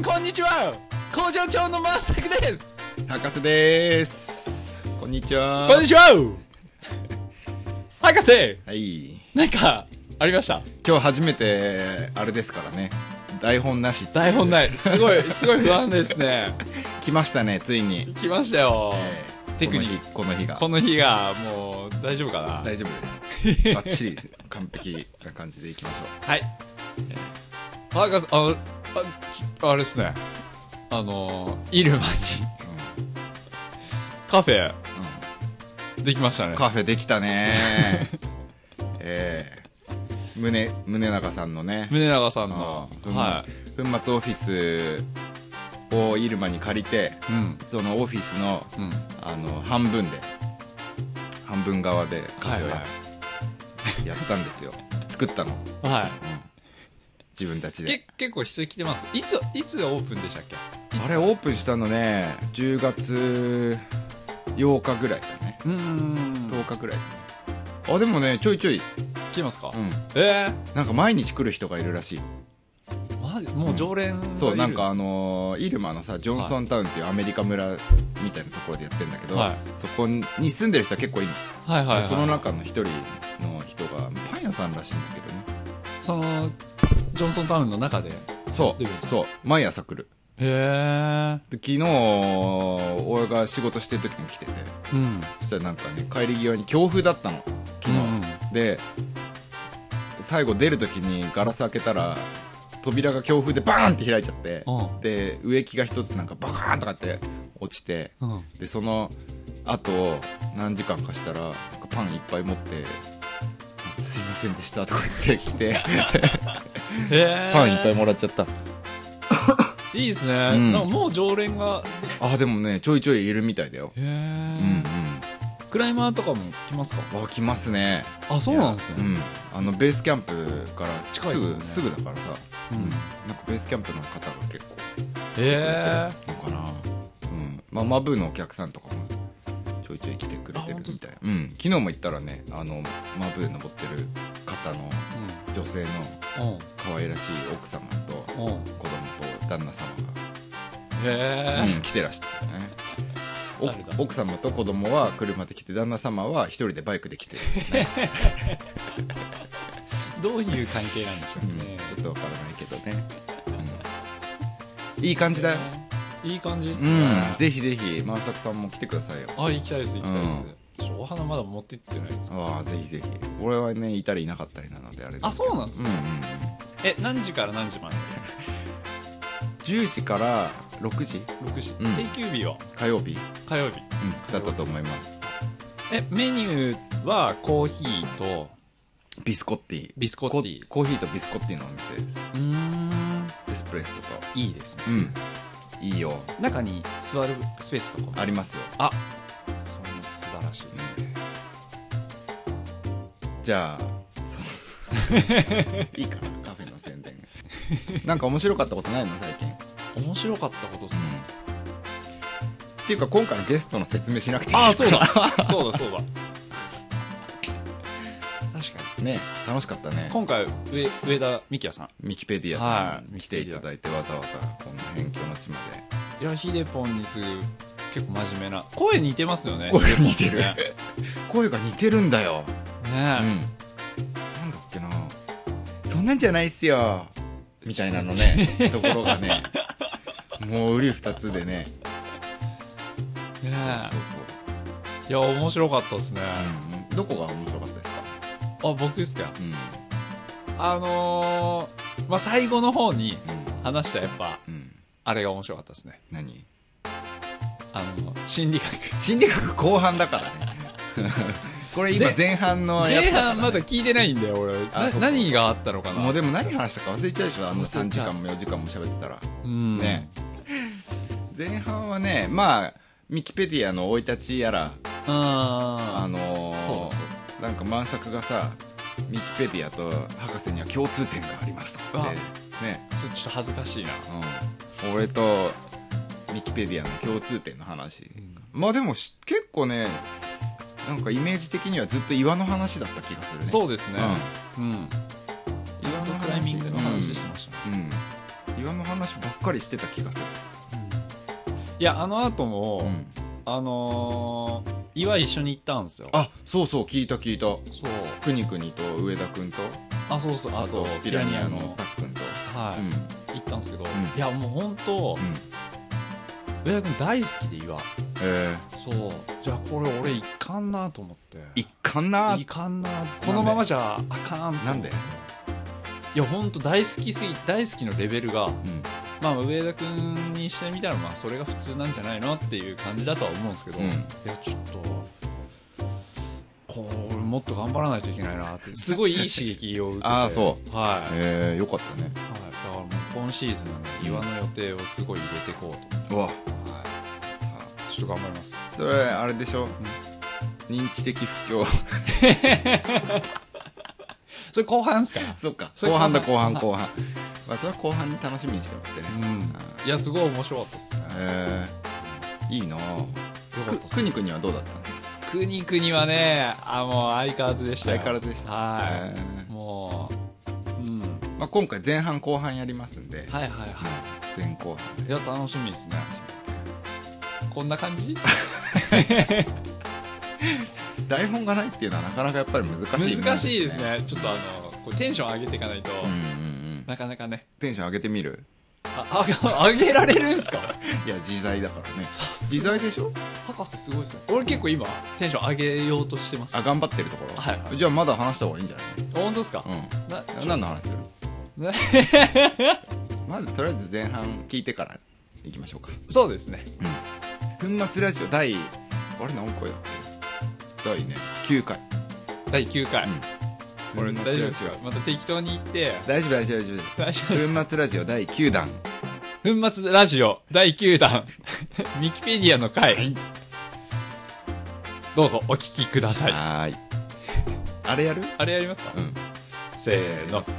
こんにちは、工場長のマスタクです。 博士です。こんにちは。 こんにちは。博士、 はい。 なんかありました？ 今日初めてあれですからね、台本なし。 台本ない。すごい不安ですね。 来ましたね、ついに。 来ましたよ。テクニック。 この日がもう大丈夫かな？ 大丈夫です。バッチリ完璧な感じでいきましょう。 はい。博士、あれですね。イルマに、カフェ、できましたね。 カフェできたね。宗永さんのね。 宗永さんの、 はい。粉末オフィスをイルマに借りて、そのオフィスの、半分側でカフェをやったんですよ。作ったの。 はい。 自分たちで。 結構人来てます。いつオープンでしたっけ？ あれオープンしたのね、10月8日ぐらいだね。10日ぐらいだね。あ、でもね、ちょいちょい来てますか？ なんか毎日来る人がいるらしい。 マジ？もう常連がいるんです、 そう、なんかイルマのさ、ジョンソンタウンっていうアメリカ村みたいなところでやってるんだけど、そこに住んでる人は結構いるの。その中の一人の人がパン屋さんらしいんだけどね。 そのジョンソンタウンの中で。 そう毎朝来る。 へえ。昨日俺が仕事してる時も来てて、そしたらなんかね、帰り際に強風だったの昨日、で最後出る時にガラス開けたら扉が強風でバーンって開いちゃって、で植木が一つなんかバカーンとかって落ちて、でその後何時間かしたらなんかパンいっぱい持って「すいませんでした」とか言ってきてパンいっぱいもらっちゃった。 いいですね、なんかもう常連が。 でもね、ちょいちょいいるみたいだよ。 クライマーとかも来ますか？ 来ますね。 そうなんですね。 ベースキャンプから近いですよね。 すぐだからさ、なんかベースキャンプの方が結構来てくれてるのかな。マブーのお客さんとかもちょいちょい来てくれてるみたい。昨日も行ったらね、マブー登ってる方の女性の可愛らしい奥様と子供と旦那様が来てらしたね。奥様と子供は車で来て、旦那様は一人でバイクで来てるんですね。 どういう関係なんでしょうね。 ちょっとわからないけどね。いい感じだよ。 いい感じですね。 ぜひぜひ万作さんも来てくださいよ。 行きたいです。お花まだ持って行ってないですか？ ぜひぜひ。俺はね、いたりいなかったりなのであれです。 そうなんですね。何時から何時までですか ？10時から6時。 定休日は火曜日だったと思います。 メニューはコーヒーとビスコッティ。コーヒーとビスコッティのお店です。エスプレッソと。 いいですね。 いいよ。 中に座るスペースとかもありますよ。 それも素晴らしいですね。 じゃあいいかな、カフェの宣伝。なんか面白かったことないの最近？ 面白かったことですね。 っていうか今回のゲストの説明しなくていい。 そうだ確かにね、楽しかったね。 今回上田美希也さん、 ミキペディアさんに来ていただいて、わざわざこんな辺境の地まで。 いや、ヒデポンに次ぐ結構真面目な。声似てますよね。 声似てる。声が似てるんだよね。なんだっけな、そんなんじゃないっすよみたいなのねところがね、もう瓜二つでね。 いや、面白かったですね。 どこが面白かったですか？ 僕ですか？最後の方に話したやっぱ、あれが面白かったですね。 何？ 心理学後半だからね。これ今前半のやつだから、 前半まだ聞いてないんだよ俺。何があったのかな。 もうでも何話したか忘れちゃうでしょ、3時間も4時間も喋ってたらね。前半はね、ミキペディアの生い立ちやら、なんか万作がさ、ミキペディアと博士には共通点がありますってね。 ちょっと恥ずかしいな。 俺とミキペディアの共通点の話。でも結構ね、なんかイメージ的にはずっと岩の話だった気がするね。 そうですね。岩のクライミングの話してましたね。 岩の話ばっかりしてた気がする。 いや、あの後も、 うん、 岩一緒に行ったんですよ。 あ、そうそう、聞いた。 そう。 くにくにと上田くんと、 あ、そうそう。 あとピラニアのパックんと、 はい、 うん、 行ったんですけど、 んいや、もう本当、上田君大好きで岩。そう。じゃあこれ俺いかんなと思って。 いかんな。 いかんな。このままじゃあかん。 なんで？ いや、本当大好きのレベルが、 うん、 まあ上田君にしてみたらまあそれが普通なんじゃないのっていう感じだとは思うんですけど、 うん、 いやちょっとこれもっと頑張らないといけないなってすごいいい刺激を受けてああ、そう。 はい、 よかったね。 はい、だからもう今シーズンはね岩の予定をすごい入れていこうと、 うわ、 はい、ちょっと頑張ります。 それあれでしょ、認知的不協。 それ後半ですか？ そっか、後半だ、後半。まあそれは後半に楽しみにしてもらってね。 うん、いやすごい面白かったですね。 いいなぁ。 よかったっす。 くにくにはどうだったんですか？ くにくにはね、もう相変わらずでしたよ。 相変わらずでした。 はい、もう、うん。 まあ今回前半後半やりますんで。 はいはいはい。 前後半で。いや、楽しみですね。こんな感じ台本がないっていうのはなかなかやっぱり難しい、ね、 難しいですね。ちょっとこうテンション上げていかないと、なかなかね。 テンション上げてみる？ 上げられるんすか？ いや、自在だからね。自在でしょ？ 博士すごいですね。俺結構今テンション上げようとしてます。 頑張ってるところ。 はい、はい、 じゃあまだ話した方がいいんじゃない？ 本当ですか？ 何の話する？まずとりあえず前半聞いてからいきましょうか。 そうですね。 粉末ラジオあれ何回だっけ？第ね9回。 第9回。これ大丈夫ですか？また適当に言って。 大丈夫。粉末ラジオ第9弾。 粉末ラジオ第9弾。ウィキペディアの回。はい、どうぞお聞きください。 はい。あれやる？ あれやりますか？うん。せーの。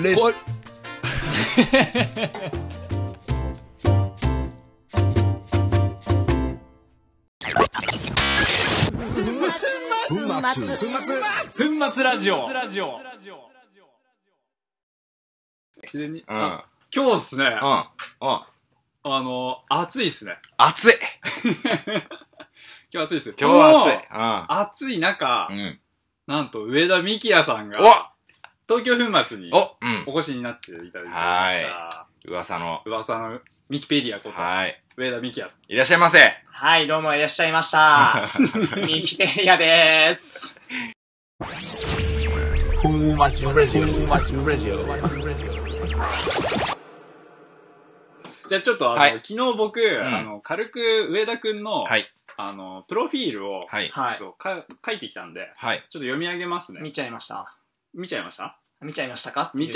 粉末ラジオ。自然に。今日っすね。暑いっすね。 暑い。 今日暑いっすよ。 今日は暑い。 暑い中、なんと上田幹也さんが、東京粉末にお越しになっていただいてました。 噂のミキペディアこと、上田幹也さん。 いらっしゃいませ。 はい、どうもいらっしゃいました。ミキペディアでーす。 じゃあちょっと昨日僕、軽く上田くんの、プロフィールを、書いてきたんで、ちょっと読み上げますね。 見ちゃいました？ 見ちゃいましたか？ 見ちゃいました。 はい。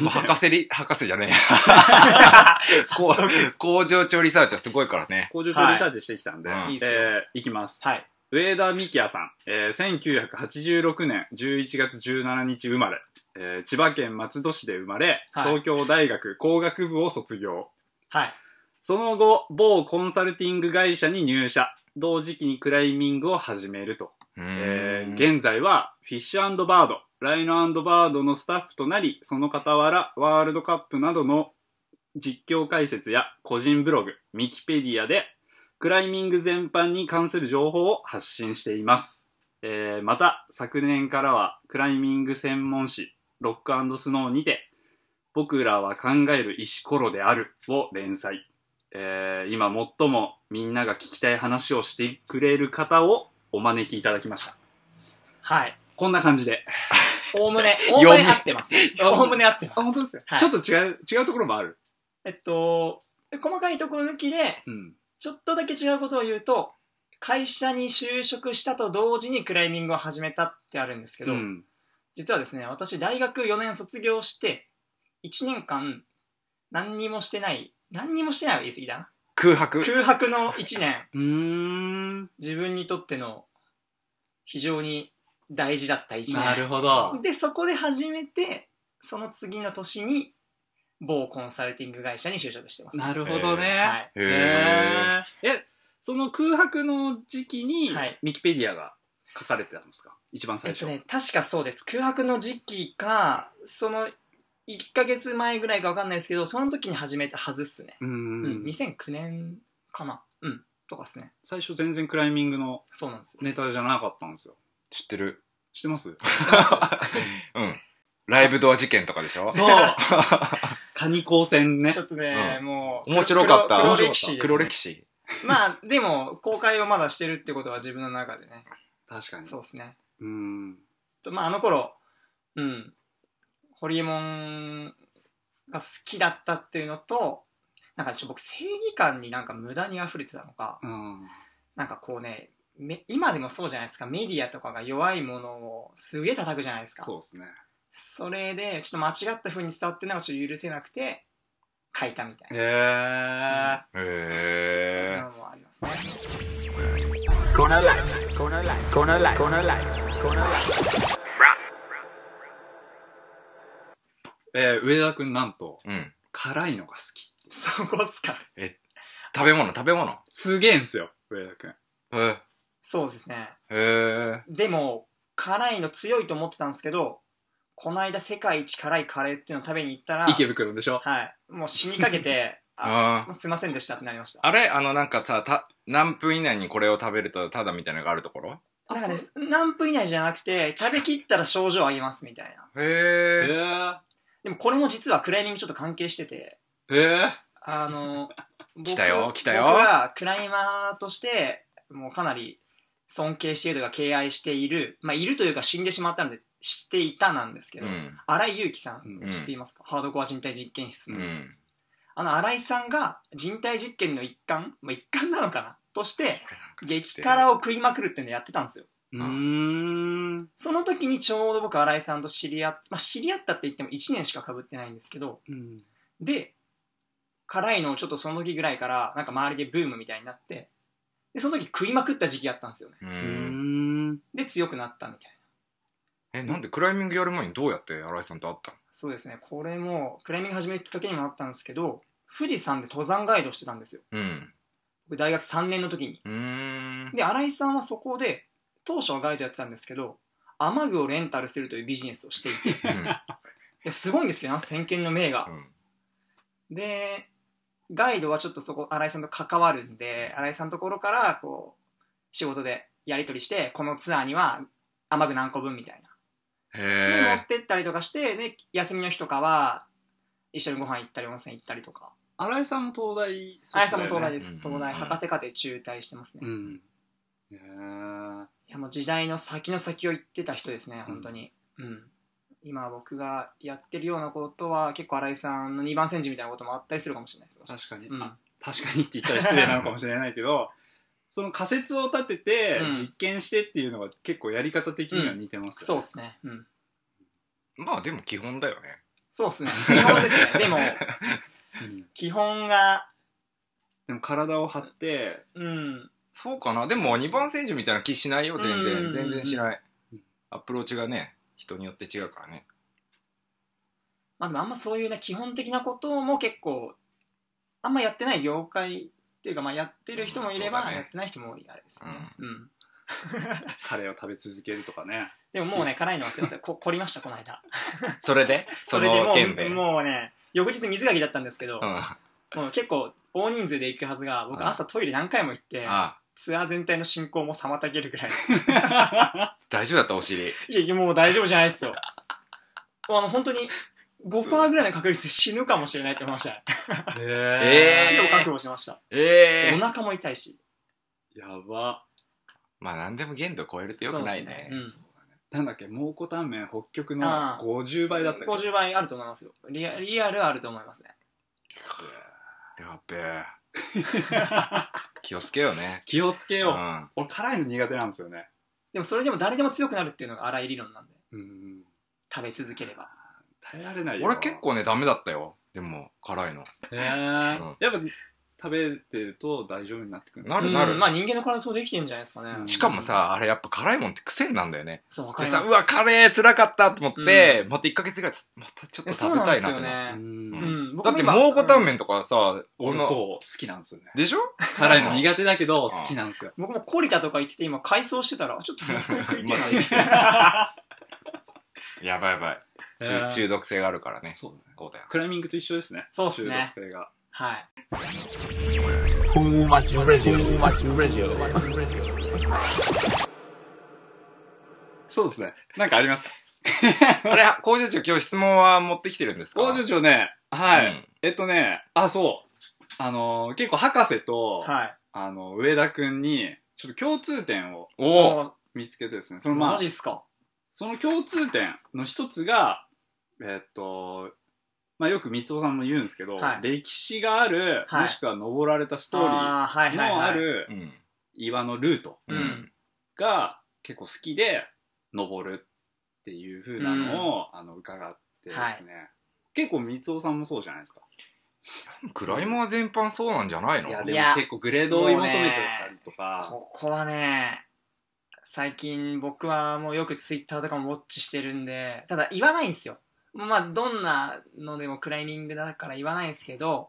もう博士じゃねえ。工場長リサーチはすごいからね。 工場長リサーチしてきたんで、いきます。 はい。 上田幹也さん、1986年11月17日生まれ、千葉県松戸市で生まれ、東京大学工学部を卒業。 はい。 その後、某コンサルティング会社に入社。同時期にクライミングを始めると。現在は、フィッシュ&バード、ライノ&バードのスタッフとなり、その傍ら、ワールドカップなどの実況解説や個人ブログ、ミキペディアで、クライミング全般に関する情報を発信しています。また、昨年からは、クライミング専門誌、ロック&スノーにて、僕らは考える石ころであるを連載。今最もみんなが聞きたい話をしてくれる方をお招きいただきました。 はい。 こんな感じで。 おおむね合ってますね。おおむね合ってます。 本当ですか？ちょっと違うところもある。 細かいところ抜きで、ちょっとだけ違うことを言うと、会社に就職したと同時にクライミングを始めたってあるんですけど、実はですね、私大学4年卒業して、1年間何にもしてないは言い過ぎだな。空白の1年。自分にとっての非常に大事だった1年。 なるほど。 で、そこで始めて、その次の年に某コンサルティング会社に就職してます。 なるほどね。はい。その空白の時期に、ミキペディアが書かれてたんですか？一番最初。 確かそうです。空白の時期か、その 1ヶ月前ぐらいか分かんないですけど、その時に始めたはずっすね。2009年かな。とかっすね。 最初全然クライミングのそうなんですよ。 ネタじゃなかったんですよ。 知ってる。 知ってます？ ライブドア事件とかでしょ？ そう。カニ高専ね。 ちょっとね、もう。 面白かった。 黒歴史。 黒歴史。 まあ、でも、公開をまだしてるってことは自分の中でね。 確かに。 そうですね。 まあ、あの頃、ホリエモンが好きだったっていうのと、なんか僕正義感になんか無駄に溢れてたのか、なんかこうね、今でもそうじゃないですか、メディアとかが弱いものをすげえ叩くじゃないですか。 そうですね。 それでちょっと間違った風に伝わってるのがちょっと許せなくて書いたみたいな。のもありますね。 上田くんなんと、辛いのが好き。 そこっすか。 食べ物すげえんすよ、上田くん。 そうですね。でも、辛いの強いと思ってたんですけど、この間世界一辛いカレーっていうのを食べに行ったら、 池袋でしょ？ はい。もう死にかけて、すいませんでしたってなりました。 あれなんかさ、何分以内にこれを食べるとタダみたいなのがあるところ？ なんかね、何分以内じゃなくて、食べきったら症状あげますみたいな。でもこれも実はクライミングちょっと関係してて、 来たよ。 僕がクライマーとして、もうかなり尊敬しているとか敬愛している、いるというか死んでしまったので知っていたなんですけど、新井祐樹さん、知っていますか？ハードコア人体実験室の。新井さんが人体実験の一環なのかなとして、激辛を食いまくるっていうのをやってたんですよ。その時にちょうど僕新井さんと知り合ったって言っても1年しか被ってないんですけど、で辛いのをちょっとその時ぐらいからなんか周りでブームみたいになって、でその時食いまくった時期あったんですよね。で強くなったみたいな。 なんでクライミングやる前にどうやって新井さんと会ったの？ そうですね、これもクライミング始めるきっかけにもなったんですけど、富士山で登山ガイドしてたんですよ。僕大学3年の時に。で新井さんはそこで当初はガイドやってたんですけど、雨具をレンタルするというビジネスをしていて、すごいんですけど、先見の明が。でガイドはちょっとそこ新井さんと関わるんで、新井さんのところからこう仕事でやり取りして、このツアーには雨具何個分みたいなで持ってったりとかして、で休みの日とかは一緒にご飯行ったり温泉行ったりとか。 新井さんも東大、 新井さんも東大です。東大博士課程中退してますね。いやもう時代の先の先を行ってた人ですね、本当に。今僕がやってるようなことは結構新井さんの2番煎じみたいなこともあったりするかもしれないです。 確かに、確かにって言ったら失礼なのかもしれないけどその仮説を立てて実験してっていうのが結構やり方的には似てますよね。 そうですね。 まあでも基本だよね。 そうですね、基本ですね。でも基本がでも体を張ってそうかな。でも2番煎じみたいな気しないよ。全然しない。アプローチがね人によって違うからね。 でもあんまそういうね基本的なことも結構あんまやってない業界っていうか、やってる人もいれば、やってない人も多いあれですよね。 カレーを食べ続けるとかね。 でももうね辛いのはすいません凝りましたこの間。 それでもうね翌日水かきだったんですけど、もう結構大人数で行くはずが、僕朝トイレ何回も行ってツアー全体の進行も妨げるぐらい。 大丈夫だったお尻？ いやもう大丈夫じゃないですよ。本当に5% ぐらいの確率で死ぬかもしれないって思いましたね。死を覚悟しました。お腹も痛いし。 やば。 何でも限度超えるとよくないね。 なんだっけ、蒙古タンメン北極の50倍だったっけ。 50倍あると思いますよ。リアルあると思いますね。 やっべえ。気をつけようね。 気をつけよう。俺辛いの苦手なんですよね。 でもそれでも誰でも強くなるっていうのが荒い理論なんで。食べ続ければ。 耐えられないよ。 俺結構ねダメだったよ。でも辛いの。 やっぱ食べてると大丈夫になってくる。 なる。 人間の体そうできてるんじゃないですかね。 しかもさあれやっぱ辛いもんって癖になんだよね。 そうわかります。 でさうわカレー辛かったと思って、また1ヶ月ぐらいまたちょっと食べたいなってな。 だって蒙古タンメンとかさ俺そう好きなんですよね。 でしょ？ 辛いの苦手だけど好きなんですよ。 僕もコリタとか言ってて今改装してたらちょっと食いてない。 やばい。 中毒性があるからね。 そうだね。 そうだよ。 クライミングと一緒ですね。 そうですね。 中毒性が。 はい。 そうですね。なんかありますか？ あれ、工場長今日質問は持ってきてるんですか？ 工場長ね、はい。そう。結構博士と、 はい。 上田くんに、ちょっと共通点を見つけてですね。 マジっすか？ その共通点の一つが、よく三尾さんも言うんですけど、歴史がある、もしくは登られたストーリーのある岩のルートが結構好きで登るっていう風なのを、伺ってですね。結構三尾さんもそうじゃないですか。 クライマー全般そうなんじゃないの？ いや、でも結構グレードを追い求めてたりとか。 ここはね、最近僕はもうよくツイッターとかもウォッチしてるんで、ただ言わないんですよ。まあどんなのでもクライミングだから言わないんですけど、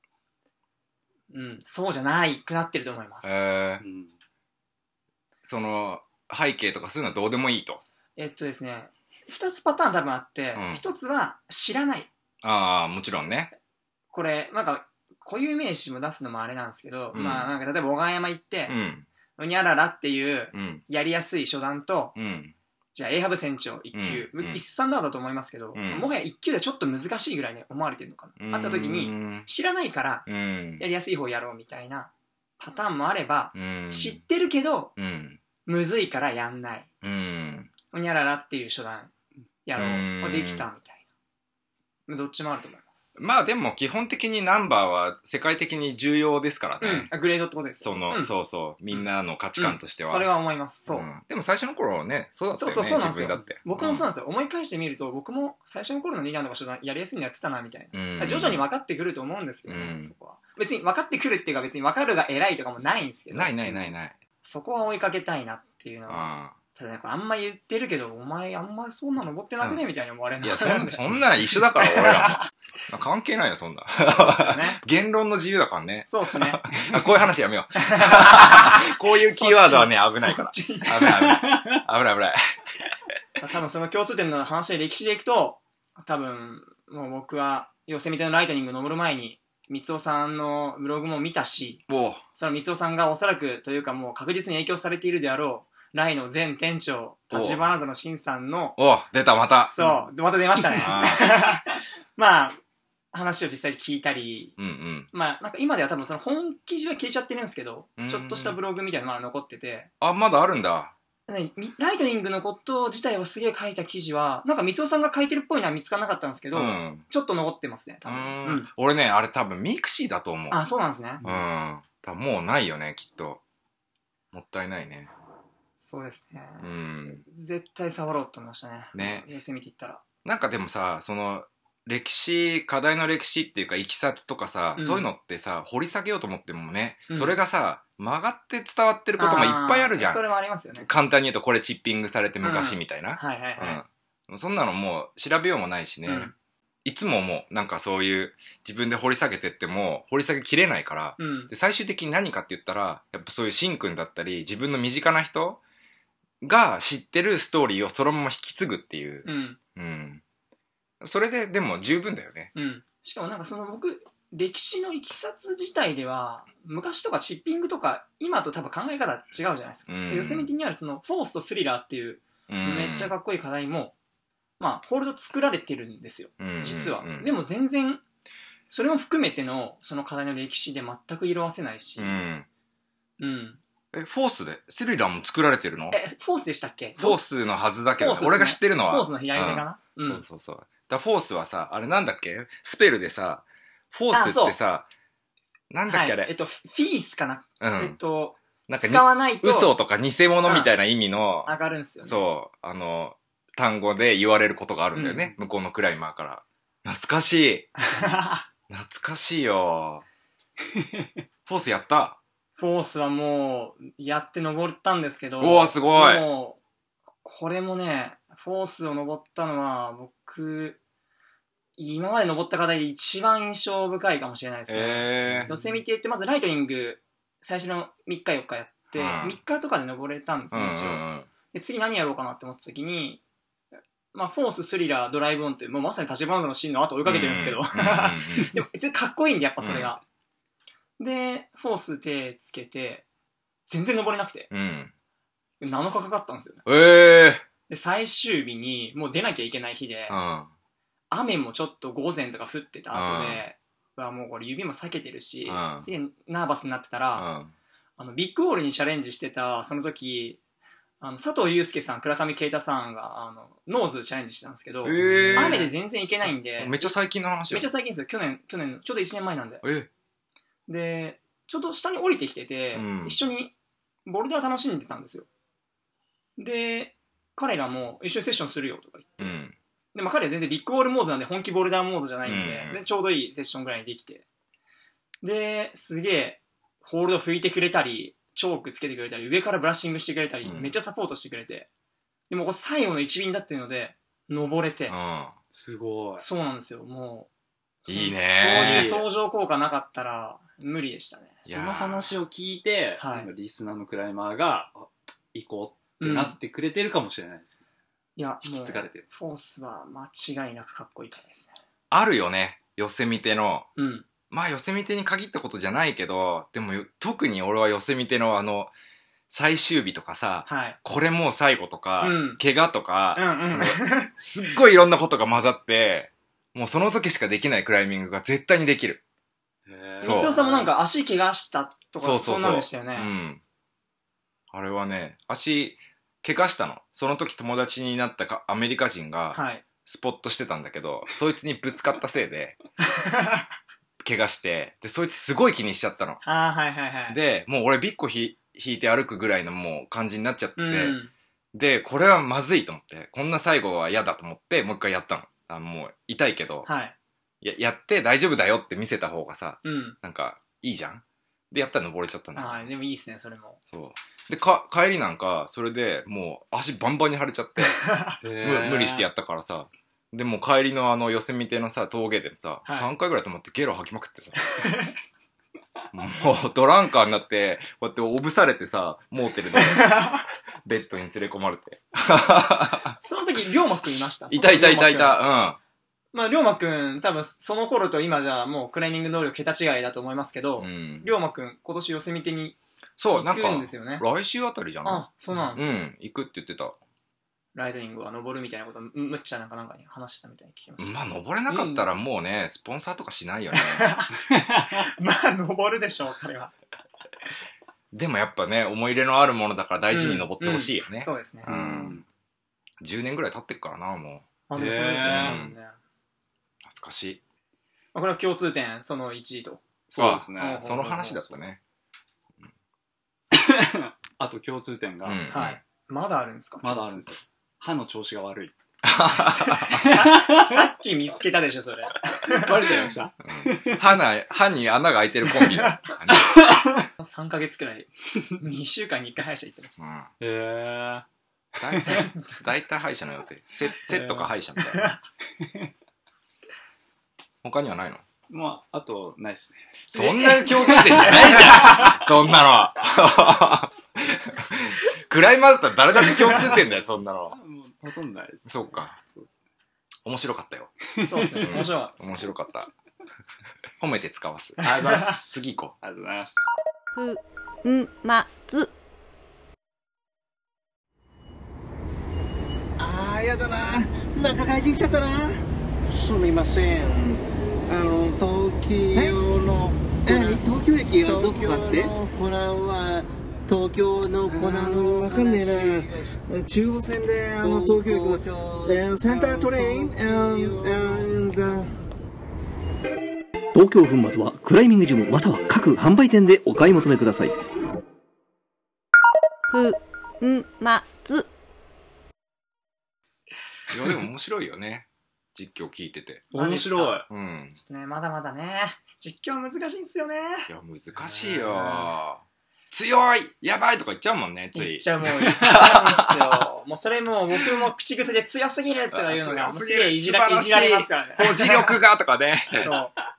そうじゃないくなってると思います。 その背景とかそういうのはどうでもいいと。 ですね、2つパターン多分あって、1つは知らない。 ああ、もちろんね。 これなんか固有名詞も出すのもあれなんですけど、まあなんか例えば小川山行って、うにゃららっていうやりやすい初段と、じゃあ A ハブ船長1級、一スタンダードだと思いますけど、もはや1級ではちょっと難しいぐらいに思われてるのかな。あった時に知らないからやりやすい方やろうみたいなパターンもあれば、知ってるけどむずいからやんない、うにゃららっていう初段やろう、できたみたいな、どっちもあると思います。 まあでも基本的にナンバーは世界的に重要ですからね。 グレードってことです。 そうそう。みんなの価値観としては。 それは思います。そう。 でも最初の頃ね、そうだったよね。 そうなんですよ。僕もそうなんですよ。思い返してみると、僕も最初の頃の2段とか初段やりやすいのやってたな、みたいな。徐々に分かってくると思うんですけどね、そこは。別に分かってくるっていうか、別に分かるが偉いとかもないんですけど。 ない。 そこは追いかけたいなっていうのは。ただね、これあんま言ってるけど、お前あんまそんな登ってなくねみたいに思われるの。 いや、そんな一緒だから俺らも。関係ないよ、そんな。言論の自由だからね。 そうですね。 こういう話やめよう。こういうキーワードはね、危ないから。危ない。 多分その共通点の話で歴史でいくと、多分、もう僕は、ヨセミテのライトニング登る前に、三尾さんのブログも見たし、その三尾さんがおそらくというかもう確実に影響されているであろう、ライの前店長、立花園慎さんの、 出た、また。 そう、また出ましたね。まあ、話を実際聞いたり、まあ、なんか今では多分その本記事は消えちゃってるんですけど、ちょっとしたブログみたいなのが残ってて。 まだあるんだ。 ライトニングのこと自体をすげえ書いた記事は、なんか三尾さんが書いてるっぽいのは見つからなかったんですけど、ちょっと残ってますね、多分。 俺ね、あれ多分ミクシーだと思う。 あ、そうなんですね。 多分もうないよね、きっと。もったいないね。 そうですね。絶対触ろうと思いましたね。 ね。 寄せ見ていったら。 なんかでもさ、その、課題の歴史っていうか、いきさつとかさ、そういうのってさ、掘り下げようと思ってもね、それがさ、曲がって伝わってることもいっぱいあるじゃん。 それはありますよね。 簡単に言うと、これチッピングされて昔みたいな。そんなのもう調べようもないしね。いつももう、なんかそういう、自分で掘り下げてっても、掘り下げきれないから、で最終的に何かって言ったら、やっぱそういうシンくんだったり、自分の身近な人が知ってるストーリーをそのまま引き継ぐっていう。それででも十分だよね。 しかもなんかその僕、歴史のいきさつ自体では、昔とかチッピングとか、今と多分考え方違うじゃないですか。ヨセミテにあるその、フォースとスリラーっていう、めっちゃかっこいい課題も、まあ、ホールド作られてるんですよ。実は。でも全然、それも含めての、その課題の歴史で全く色褪せないし。 フォースでスリラーも作られてるの？ フォースでしたっけ？ フォースのはずだけど、俺が知ってるのは。 フォースの左手かな？ そう。フォースはさ、あれなんだっけ？スペルでさ、フォースってさ、なんだっけあれ？ フィースかな？なんか使わないと。 嘘とか偽物みたいな意味の、 上がるんですよね。 そう、単語で言われることがあるんだよね。向こうのクライマーから。懐かしい。懐かしいよ。フォースやった？ フォースはもう、やって登ったんですけど。 すごい。 もう、これもね、フォースを登ったのは、僕、今まで登った課題で一番印象深いかもしれないですね。ヨセミテってまずライトニング、最初の3日4日やって、3日とかで登れたんですね、一応。で、次何やろうかなって思った時に、 まあ、フォース、スリラー、ドライブオンっていう、もうまさに立花のシーンの後追いかけてるんですけど、でも別にかっこいいんで、やっぱそれが。で、フォース手つけて、全然登れなくて、7日かかったんですよね。で、最終日に、もう出なきゃいけない日で、雨もちょっと午前とか降ってた後で、もうこれ指も裂けてるし、すげえナーバスになってたら、ビッグウォールにチャレンジしてた、その時、佐藤祐介さん、倉上啓太さんが、ノーズチャレンジしてたんですけど、雨で全然いけないんで、 めっちゃ最近の話よ。 めっちゃ最近ですよ。去年の、ちょうど1年前なんで。で、ちょうど下に降りてきてて、一緒にボルダー楽しんでたんですよ。で、彼らも一緒にセッションするよとか言って。で、まあ彼は全然ビッグボールモードなんで本気ボルダーモードじゃないんで、でちょうどいいセッションぐらいにできて。で、すげえ、ホールド拭いてくれたり、チョークつけてくれたり、上からブラッシングしてくれたり、めっちゃサポートしてくれて。でもこれ最後の一便だっていうので、登れて。 すごい。 そうなんですよ、もう。いいね。 そういう相乗効果なかったら、無理でしたね。 その話を聞いて、リスナーのクライマーが、行こうってなってくれてるかもしれないですね。 いや、 引き継がれてる。 フォースは間違いなくかっこいいからですね。 あるよね、ヨセミテの。まあヨセミテに限ったことじゃないけど、でも特に俺はヨセミテの最終日とかさ、これもう最後とか、怪我とか、すっごいいろんなことが混ざって、もうその時しかできないクライミングが絶対にできる。 三尾さんもなんか足怪我したとか、そんなんでしたよね。 あれはね、足怪我したの。その時友達になったアメリカ人が、スポットしてたんだけど、そいつにぶつかったせいで、怪我して、で、そいつすごい気にしちゃったの。で、もう俺ビッコ引いて歩くぐらいのもう感じになっちゃってて、で、これはまずいと思って、こんな最後は嫌だと思って、もう一回やったの。もう痛いけど、やって大丈夫だよって見せた方がさ、なんかいいじゃん。で、やったら登れちゃったんだ。 でもいいっすね、それも。 そう。で、帰りなんか、それでもう足バンバンに腫れちゃって、無理してやったからさ、でも帰りのヨセミテのさ、峠でさ、3回ぐらい止まってゲロ吐きまくってさ、もうドランカーになって、こうやっておぶされてさ、モーテルで、ベッドに連れ込まれて。 その時、龍馬くんいました？ いた。 まあ、龍馬くん、多分、その頃と今じゃもうクライミング能力桁違いだと思いますけど、龍馬くん、今年ヨセミテに行くんですよね。 来週あたりじゃない？ そうなんですよ。行くって言ってた。 ライトニングは登るみたいなことむっちゃなんかに話してたみたいに聞きました。 まあ登れなかったらもうね、スポンサーとかしないよね。 まあ登るでしょう、彼は。 でもやっぱね、思い入れのあるものだから大事に登ってほしいよね。 そうですね。 10年ぐらい経ってっからな、もう。でもそうですね。 懐かしい。 これは共通点、その1位と。 そうですね。 その話だったね。 あと共通点が。 はい。まだあるんですか？ まだあるんですよ。歯の調子が悪い。 さっき見つけたでしょ、それ。 バレてました？ 歯に穴が開いてるコンビだ。 3ヶ月くらい、2週間に1回歯医者行ってました。 大体歯医者の予定。セットか歯医者みたいな。他にはないの？ まあ、あと、ないですね。 そんな共通点じゃないじゃんそんなのは。クライマーだったら誰だって共通点だよ、そんなのは。 もうほとんどないです、ね。 そうか。面白かったよ。 そうですね。面白かった。 面白かった。褒めて使わす。 ありがとうございます。 次行こう。ありがとうございます。 やだな。中外人来ちゃったな。すみません。東京の東京駅はどこかって？コナンは東京のコナンわかんねえな。中央線で東京駅はセンタートレイン東京粉末はクライミングジムまたは各販売店でお買い求めください。 いやでも面白いよね。実況聞いてて。 面白い。 ちょっとね、まだまだね、実況難しいんですよね。 いや、難しいよ。強いやばいとか言っちゃうもんね、つい。 言っちゃうんですよ。もうそれもう僕も口癖で強すぎるっていうのが、すげえいじられますからね。 保持力がとかね。 そう。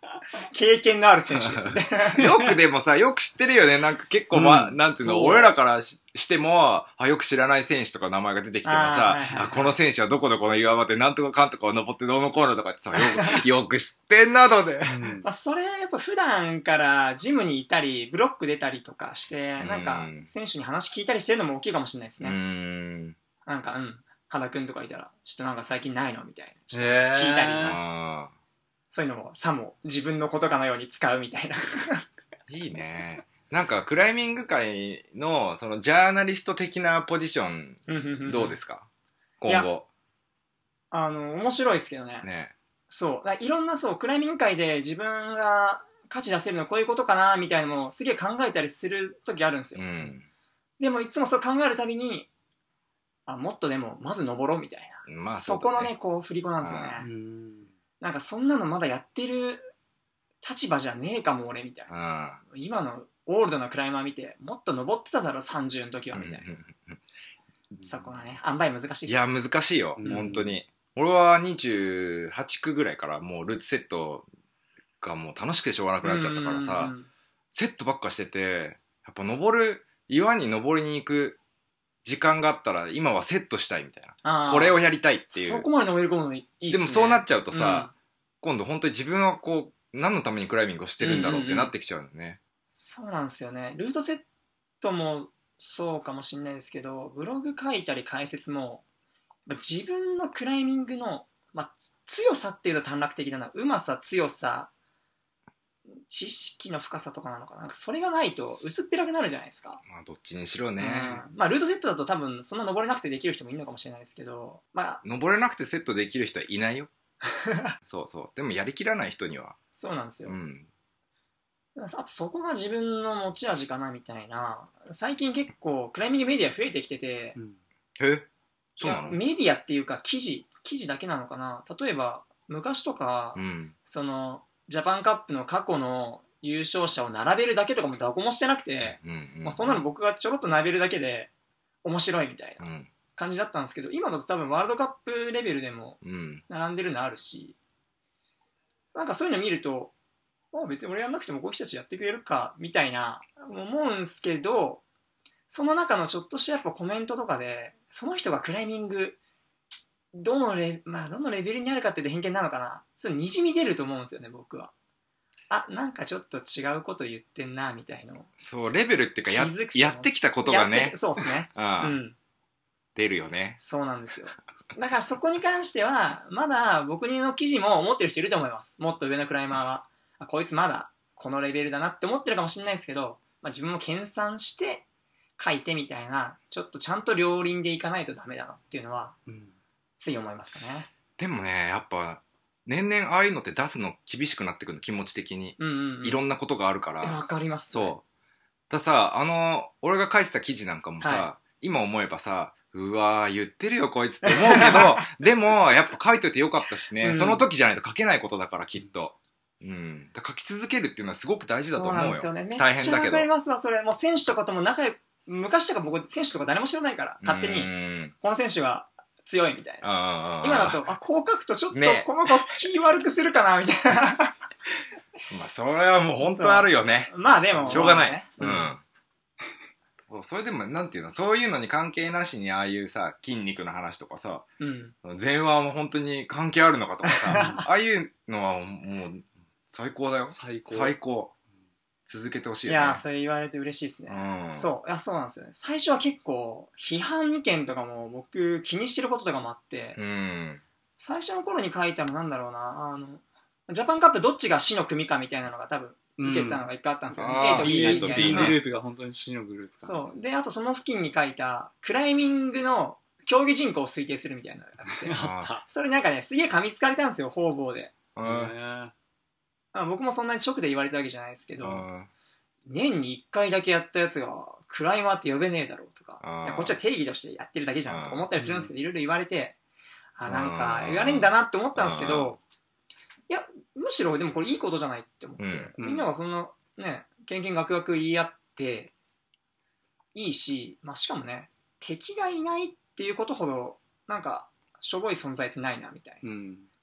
経験のある選手ですよくでもさ、よく知ってるよね。なんか結構なんていうの、俺らからしても、よく知らない選手とか名前が出てきてもさ、この選手はどこどこの岩場でなんとかかんとかを登ってどうのこうのとかってさ、よく知ってんなどで。 それやっぱ普段からジムにいたり、ブロック出たりとかして、なんか選手に話聞いたりしてるのも大きいかもしれないですね。なんか、原くんとかいたら、ちょっとなんか最近ないのみたいな。ちょっと聞いたり。そういうのもさも自分のことかのように使うみたいな。 いいね。なんかクライミング界のそのジャーナリスト的なポジションどうですか？今後。 面白いですけどね。 ね。 そう。いろんなクライミング界で自分が価値出せるのこういうことかなみたいなのもすげえ考えたりする時あるんですよ。でもいつもそう考えるたびに、もっとでもまず登ろうみたいな。そこのね、こう振り子なんですよね。なんかそんなのまだやってる立場じゃねえかも俺みたいな。今のオールドなクライマー見てもっと登ってただろ30の時はみたいな。そこがね、塩梅難しいです。 いや難しいよ、本当に。俺は28区ぐらいからもうルーツセットがもう楽しくてしょうがなくなっちゃったからさ、セットばっかしてて、やっぱ岩に登りに行く時間があったら今はセットしたいみたいな、これをやりたいっていう。 そこまで登り込むのいいっすね。 でもそうなっちゃうとさ、今度本当に自分はこう何のためにクライミングをしてるんだろうってなってきちゃうのね。 そうなんですよね。ルートセットもそうかもしれないですけど、ブログ書いたり解説も自分のクライミングの、強さっていうと短絡的だな。うまさ、強さ、知識の深さとかなのかな。なんかそれがないと薄っぺらくなるじゃないですか。 どっちにしろね。 ルートセットだと多分そんな登れなくてできる人もいるのかもしれないですけど、 登れなくてセットできる人はいないよ。そうそう。でもやりきらない人には。 そうなんですよ。あとそこが自分の持ち味かなみたいな。最近結構クライミングメディア増えてきてて、 そうなの？ メディアっていうか記事だけなのかな。例えば昔とか、そのジャパンカップの過去の優勝者を並べるだけとかもどこもしてなくて、そんなの僕がちょろっと並べるだけで面白いみたいな感じだったんですけど、今だと多分ワールドカップレベルでも並んでるのあるし、なんかそういうの見ると、別に俺やんなくてもこういう人たちやってくれるかみたいな思うんすけど、その中のちょっとしたやっぱコメントとかで、その人がクライミングどのレベルにあるかって偏見なのかな、それにじみ出ると思うんですよね、僕は。なんかちょっと違うこと言ってんなみたいの。 そうレベルっていうかやってきたことがね、 そうですね。 出るよね。 そうなんですよ。だからそこに関してはまだ僕の記事も思ってる人いると思います。もっと上のクライマーはこいつまだこのレベルだなって思ってるかもしれないですけど、自分も研鑽して書いてみたいな、ちょっとちゃんと両輪でいかないとダメだなっていうのは、つい思いますかね。 でもね、やっぱ年々ああいうのって出すの厳しくなってくるの、気持ち的に。いろんなことがあるから。 わかります、 ね。そう。ださ、俺が書いてた記事なんかもさ、今思えばさ、うわー言ってるよこいつって思うけど、でもやっぱ書いといてよかったしね、その時じゃないと書けないことだからきっと。だ書き続けるっていうのはすごく大事だと思うよ。そうなんですよね。めっちゃ大変だけど。 わかりますわ、それ。もう選手とかとも昔とか僕選手とか誰も知らないから、勝手に、この選手が強いみたいな。今だと、こう書くとちょっとこの子気悪くするかなみたいな。 それはもう本当あるよね。 でも。 しょうがない。それでも、なんていうの、そういうのに関係なしにああいうさ、筋肉の話とかさ、前腕も本当に関係あるのかとかさ、ああいうのはもう最高だよ。最高。続けてほしいよね。 いや、それ言われて嬉しいですね。そうなんですよね。最初は結構、批判意見とかも僕気にしてることとかもあって、最初の頃に書いたのなんだろうな、ジャパンカップどっちが死の組かみたいなのが多分、受けたのが一回あったんですよね。A と B みたいな。 グループが本当に死のグループ。 そう。で、あとその付近に書いた、クライミングの競技人口を推定するみたいなのがあって、それなんかね、すげえ噛みつかれたんですよ、方々で。僕もそんなに直で言われたわけじゃないですけど、年に1回だけやったやつがクライマーって呼べねえだろうとか、こっちは定義としてやってるだけじゃんと思ったりするんですけど、いろいろ言われて、なんか言われんだなって思ったんですけど、いやむしろでもこれいいことじゃないって思って、みんながそんなねけんけんがくがく言い合っていいし、しかもね敵がいないっていうことほどなんかしょぼい存在ってないなみたいな。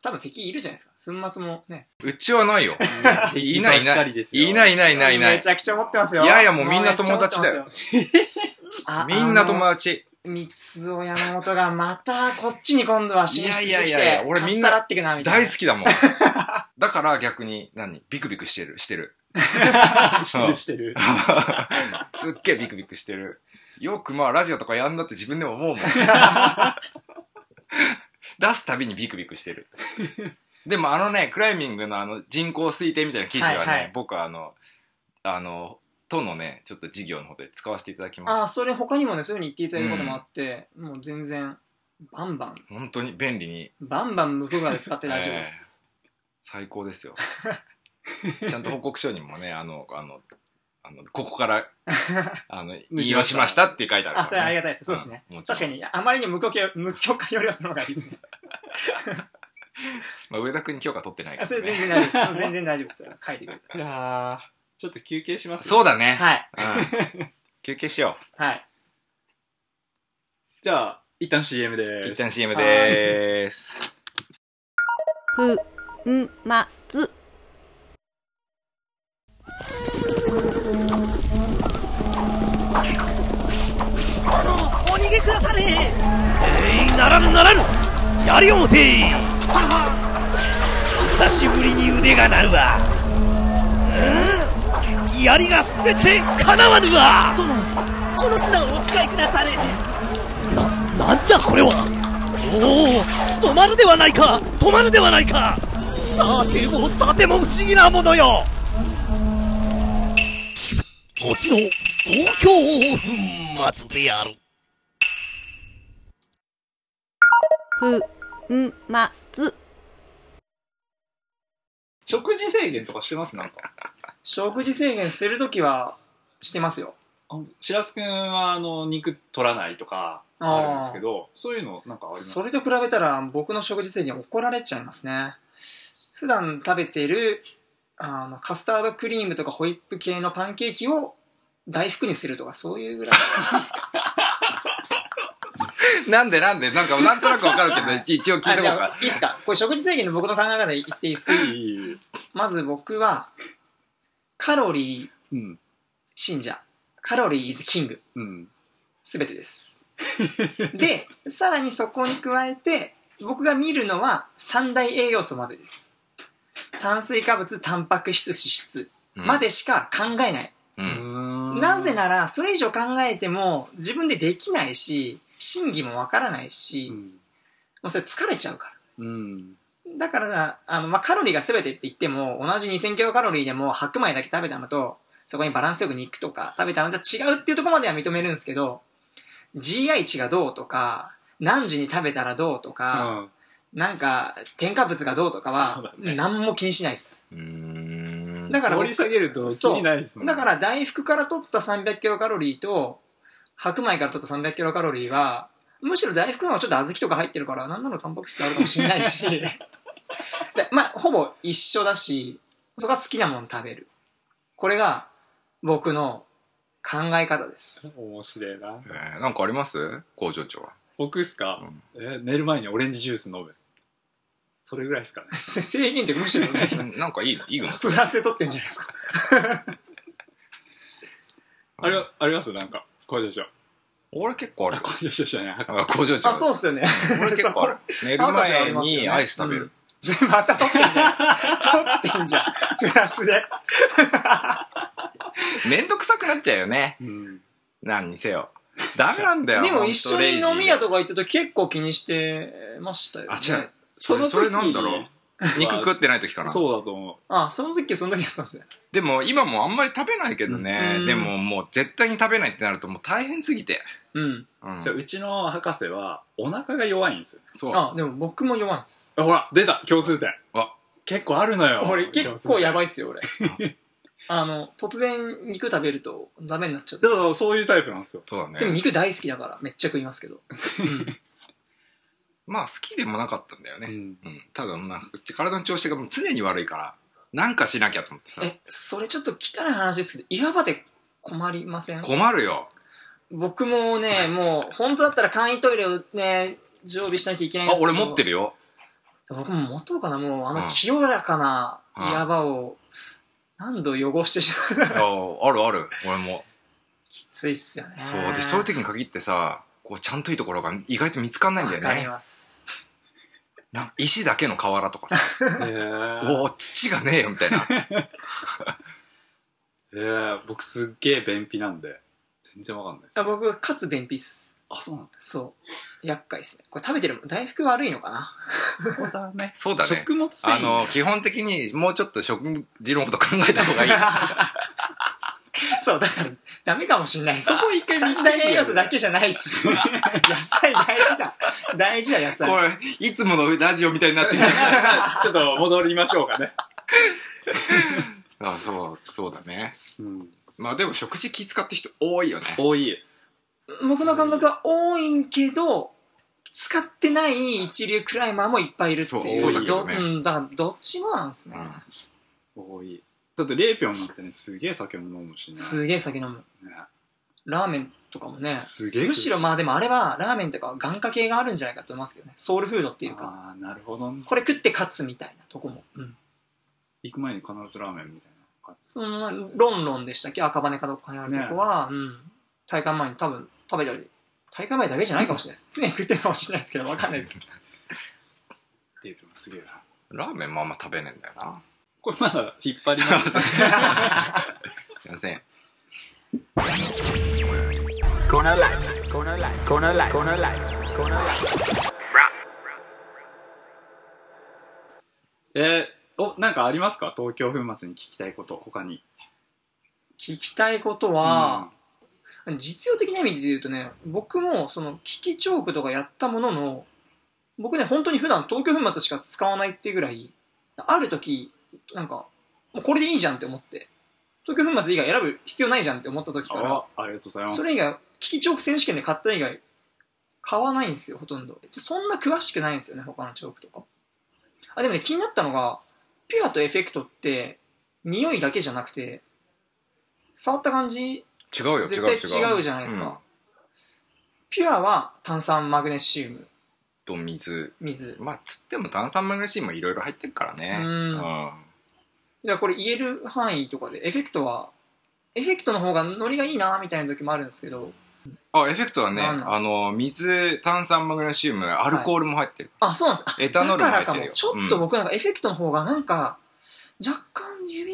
多分敵いるじゃないですか。粉末もね。 うちはないよ。いない。 めちゃくちゃ持ってますよ。 いやいや、もうみんな友達だよ。みんな友達。 三つ親の元がまたこっちに今度は進出してきて、 俺みんな大好きだもん。だから逆に、ビクビクしてる。 してる。 すっげえビクビクしてる。よくラジオとかやんだって自分でも思うもん。出すたびにビクビクしてる。でもクライミングの人口推定みたいな記事はね、僕は都のね、ちょっと事業の方で使わせていただきます。 それ他にもね、そういう風に言っていただくこともあって、もう全然、バンバン。 本当に便利に。 バンバン向こう側で使って大丈夫です。 最高ですよ。ちゃんと報告書にもね、ここから、引用しましたって書いてあるから、ね。 それありがたいです。そうですね。確かに、あまりに無許可よりはその方がいいですね。 上田くんに許可取ってないから、 ね。それ全然大丈夫です。全然大丈夫です。書いてくれたら。ちょっと休憩します、 ね。そうだね。 はい。 休憩しよう。はい。 じゃあ、一旦 CM でーす。 一旦 CM でーす。 まつ。 お逃げくだされ。ならぬ槍を持て。久しぶりに腕が鳴るわ。槍がすべて叶わぬわ。 殿、この砂をお使いくだされ。 なんじゃこれは。おお、止まるではないか。さても不思議なものよ。土地の東京粉末である。 まつ。 食事制限とかしてます？ 食事制限するときはしてますよ。 白洲くんは肉取らないとかあるんですけど、そういうのなんかあります？ それと比べたら僕の食事制限怒られちゃいますね。普段食べてるカスタードクリームとかホイップ系のパンケーキを大福にするとかそういうぐらい。 なんとなくわかるけど一応聞いてもらおうか。 いいですか？これ食事制限の僕の考え方で言っていいですか？まず僕はカロリー信者、カロリーイズキング、すべてです。で、さらにそこに加えて僕が見るのは三大栄養素までです。炭水化物、タンパク質、脂質までしか考えない。なぜならそれ以上考えても自分でできないし、真偽もわからないし、もうそれ疲れちゃうから。だからカロリーが全てって言っても、同じ2000キロカロリーでも白米だけ食べたのと、そこにバランスよく肉とか食べたのじゃ違うっていうところまでは認めるんですけど、GI 値がどうとか、何時に食べたらどうとか、なんか添加物がどうとかは何も気にしないです。だから盛り下げると気にないですもん。 だから大福から取った300キロカロリーと白米から取った300キロカロリーは、むしろ大福の方がちょっと小豆とか入ってるから、なんならタンパク質あるかもしれないしで、ほぼ一緒だし、そこは好きなもの食べる。これが僕の考え方です。 面白いな。 なんかあります？工場長は。 僕っすか？寝る前にオレンジジュース飲む。それぐらいですかね。 制限ってむしろね。 なんかいいのプラスで取ってんじゃないですか。 ありますなんか、工場長。 俺結構ある。 工場長じゃない。 工場長。 そうっすよね。 俺結構ある。寝る前にアイス食べる。 また取ってんじゃん。取ってんじゃん。プラスで。 めんどくさくなっちゃうよね。何にせよ。ダメなんだよ。 でも一緒に飲み屋とか行ったと結構気にしてましたよね。 違う。それなんだろう。肉食ってない時かな。 そうだと思う。その時やったんですね。 でも今もあんまり食べないけどね。でももう絶対に食べないってなるともう大変すぎて。 うちの博士はお腹が弱いんですよ。 そう。でも僕も弱いんです。 ほら、出た共通点。結構あるのよ。 俺結構やばいっすよ、俺。突然肉食べるとダメになっちゃう。 そういうタイプなんですよ。 そうだね。 でも肉大好きだからめっちゃ食いますけど。 まあ好きでもなかったんだよね。ただうち体の調子がもう常に悪いから、なんかしなきゃと思ってさ。 それちょっと汚い話ですけど、岩場で困りません？ 困るよ。 僕もね、もう本当だったら簡易トイレをね、常備しなきゃいけないんですけど。 俺持ってるよ。 僕も持とうかな、もう清らかなヤバを何度汚してしまう。 あるある、俺も。 きついっすよね。 そうで、そういう時に限ってさ、こうちゃんといいところが意外と見つかんないんだよね。 わかります。 石だけの河原とかさ、お土がねえよみたいな。 僕すっげえ便秘なんで全然わかんないです。 僕かつ便秘っす。 あ、そうなんだ。 そう。厄介ですね。これ食べてる大福悪いのかな。 そうだね。 そうだね。 食物繊維、 基本的にもうちょっと食事のこと考えた方がいい。 そう、だからダメかもしんない。 そこ一回三大栄養素だけじゃないっす。野菜大事だ。大事だ、野菜。 これ、いつものラジオみたいになってきた。 ちょっと戻りましょうかね。 そうだね。 うん、 まあでも食事気使って人多いよね。 多い。 僕の感覚は多いんけど、使ってない一流クライマーもいっぱいいるっていう。 そうだけどね。 だからどっちもなんですね。 多い。だってレーピョンなんてね、すげえ酒も飲むしね。 すげえ酒飲む。ね、ラーメンとかもね。 すげえ。 むしろまあでもあれはラーメンとか願掛けがあるんじゃないかと思いますけどね。ソウルフードっていうか。 ああ、なるほどね。 これ食って勝つみたいなとこも。うん。 行く前に必ずラーメンみたいな感じ。 そのロンロンでしたっけ、赤羽かどっかにあるとこは、ね、うん。大会前に多分食べたり、大会前だけじゃないかもしれないです。常に食ってるかもしれないですけど、わかんないですけど。 レーピョンすげえな。 ラーメンもあんま食べねえんだよな。 これまだ引っ張ります。 すいません。 コーナーライフ、コーナーライフ、コーナーライフ、コーナーライフ、コーナーライフ。なんかありますか？東京粉末に聞きたいこと、他に。 聞きたいことは、実用的な意味で言うとね、僕もそのキキチョークとかやったものの、僕ね、本当に普段東京粉末しか使わないっていうぐらい、ある時、なんか、もうこれでいいじゃんって思って、東京粉末以外選ぶ必要ないじゃんって思った時から、 ありがとうございます。 それ以外、キキチョーク選手権で買った以外、買わないんですよ、ほとんど。そんな詳しくないんですよね、他のチョークとか。でもね、気になったのが、ピュアとエフェクトって、匂いだけじゃなくて、触った感じ、 違うよ、 絶対違うじゃないですか。ピュアは炭酸マグネシウム。 と水。 水。 まあ、つっても炭酸マグネシウムもいろいろ入ってるからね。 いや、これ言える範囲とかで、エフェクトの方がノリがいいなみたいな時もあるんですけど。 エフェクトはね、水、炭酸マグネシウム、アルコールも入ってる。 そうなんです。 エタノールも入ってるよ。 だからかも。ちょっと僕なんかエフェクトの方がなんか、若干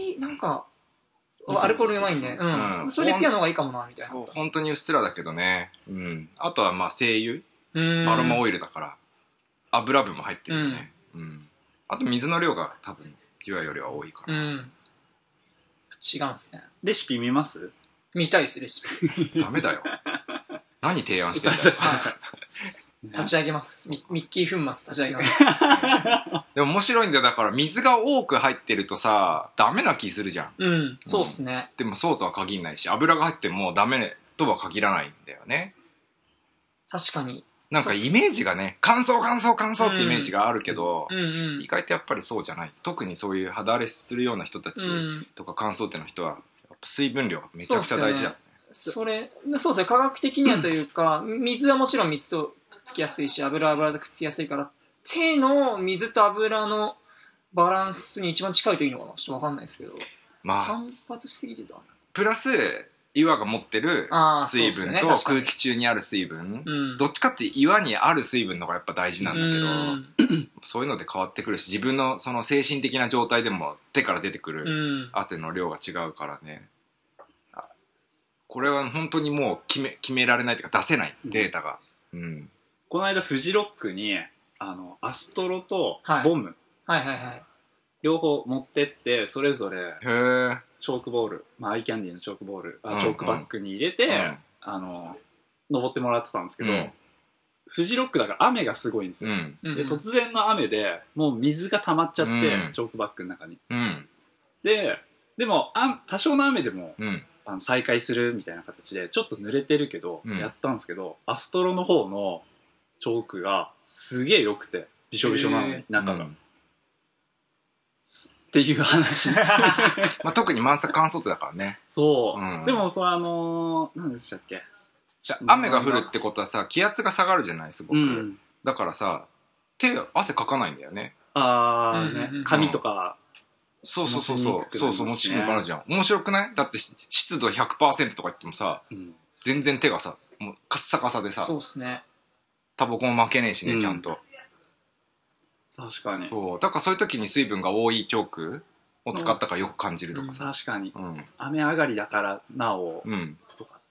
アルコールうまいんで、それでピアノがいいかもな、みたいな。 本当にうっすらだけどね。あとはまあ精油。アロマオイルだから、油分も入ってるよね。あと水の量が多分、ピュアよりは多いから。 違うんですね。 レシピ見ます？ 見たいです、レシピ。 ダメだよ。何提案してんだよ。 立ち上げます。ミッキー粉末立ち上げます。 でも面白いんだよ。だから水が多く入ってるとさ、ダメな気するじゃん。 そうっすね。 でもそうとは限らないし、油が入ってもダメとは限らないんだよね。 確かに。 なんかイメージがね、乾燥ってイメージがあるけど、意外とやっぱりそうじゃない。特にそういう肌荒れするような人たちとか乾燥っての人は、やっぱ水分量がめちゃくちゃ大事だよね。 そうですね、科学的にはというか、水はもちろん水とくっつきやすいし、油は油でくっつきやすいから、手の水と油のバランスに一番近いといいのかな、ちょっとわかんないですけど。 まあ、 反発しすぎてた。 プラス、岩が持ってる水分と空気中にある水分、どっちかって岩にある水分の方がやっぱ大事なんだけど、そういうので変わってくるし、自分のその精神的な状態でも手から出てくる汗の量が違うからね。これは本当にもう決められないというか出せないデータが。 この間フジロックにアストロとボム、両方持ってってそれぞれチョークボール、アイキャンディーのチョークボール、チョークバッグに入れて、登ってもらってたんですけど、フジロックだから雨がすごいんですよ。で突然の雨でもう水が溜まっちゃって、チョークバッグの中に。でも多少の雨でも、再開するみたいな形でちょっと濡れてるけど、やったんですけど、アストロの方のチョークがすげえ良くて、びしょびしょなのに中が、っていう話。 特に満作乾燥ってだからね。 そう、でも何でしたっけ、 雨が降るってことはさ、気圧が下がるじゃない、すごく。だからさ、汗かかないんだよね。 紙とか。 そう、持ちにくくなるじゃん。面白くない？だって湿度 100% とか言ってもさ、全然手がさ、もうカッサカサでさ。 そうっすね。 タバコも負けねえしね、ちゃんと。 確かに。 そう。だからそういう時に水分が多いチョークを使ったからよく感じるとかさ。 確かに。雨上がりだからなお。とか。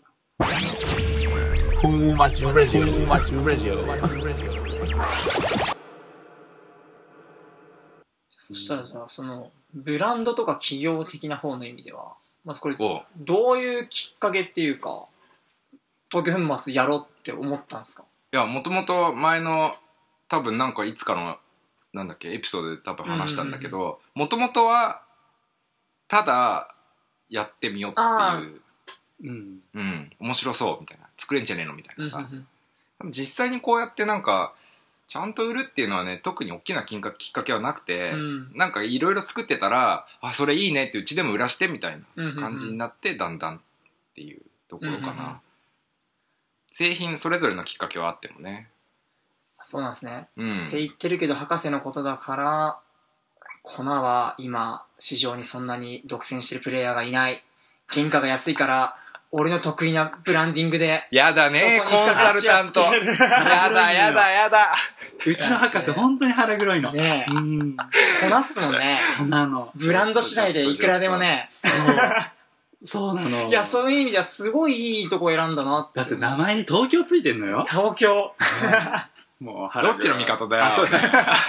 そしたらさ、そのブランドとか企業的な方の意味では、まずこれどういうきっかけっていうか、東京粉末やろうって思ったんですか？ いや、もともと前の多分なんかいつかのなんだっけエピソードで多分話したんだけど、もともとはただやってみようっていう、面白そうみたいな、作れんじゃねえのみたいなさ、実際にこうやってなんかちゃんと売るっていうのはね、特に大きなきっかけはなくて、なんかいろいろ作ってたら、あ、それいいねってうちでも売らしてみたいな感じになって、だんだんっていうところかな。製品それぞれのきっかけはあってもね。 そうなんですね。って言ってるけど博士のことだから、粉は今市場にそんなに独占してるプレイヤーがいない。原価が安いから、俺の得意なブランディングで。 やだね、コンサルタント。やだ。 うちの博士、本当に腹黒いの。 ねえ。粉っすもんね。 粉の。 ブランド次第でいくらでもね。 そうなの。 いや、そういう意味ではすごいいいとこ選んだなって。 だって名前に東京ついてんのよ。 東京。 もうどっちの味方だよ。 そうですね。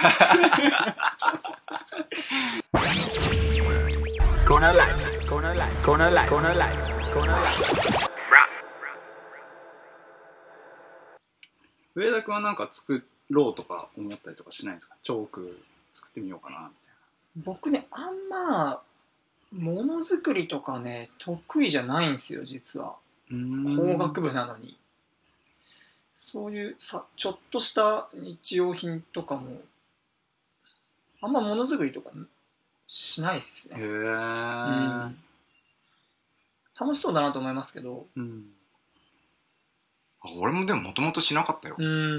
コーナーライフ、コーナーライフ、コーナーライフ、コーナーライフ、コーナーライフ。 上田君はなんか作ろうとか思ったりとかしないんですか？チョーク作ってみようかなみたいな。 僕ね、あんまものづくりとかね得意じゃないんですよ、実は。工学部なのに。そういうちょっとした日用品とかもあんまものづくりとかしないっすね。楽しそうだなと思いますけど、 俺もでももともとしなかったよ。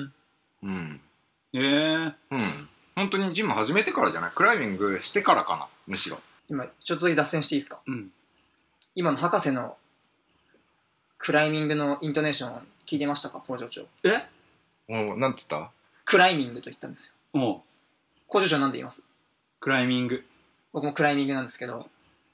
本当にジム始めてからじゃない、クライミングしてからかな、むしろ。 今ちょっとだけ脱線していいですか？今の博士のクライミングのイントネーション聞いてましたか、工場長？ なんつった？ クライミングと言ったんですよ。工場長なんで言います？ クライミング。 僕もクライミングなんですけど、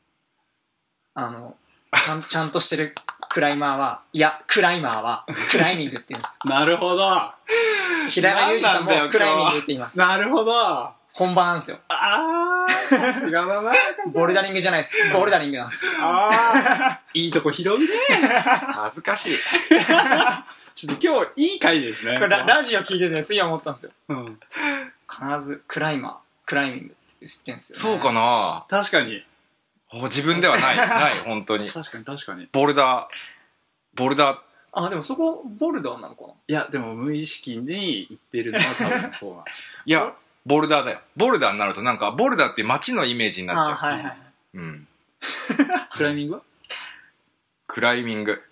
ちゃんとしてるクライマーは、いや、クライマーはクライミングって言うんですよ。 なるほど。 平山裕二さんもクライミングって言います。 なるほど。 本番なんですよ。 さすがだな。 ボルダリングじゃないです。ボルダリングなんです。 いいとこ拾うね。 恥ずかしい。 ちょっと今日いい回ですね。 ラジオ聞いててすげえ思ったんですよ。必ずクライマー、クライミングって言ってんですよね。 そうかな。 確かに。 自分ではない、本当に。 確かに。 ボルダー。 でもそこ、ボルダーなのかな？ いや、でも無意識に言ってるのは多分そうなんです。 いや、ボルダーだよ。ボルダーになるとなんか、ボルダーって街のイメージになっちゃう。 クライミングは？ クライミング。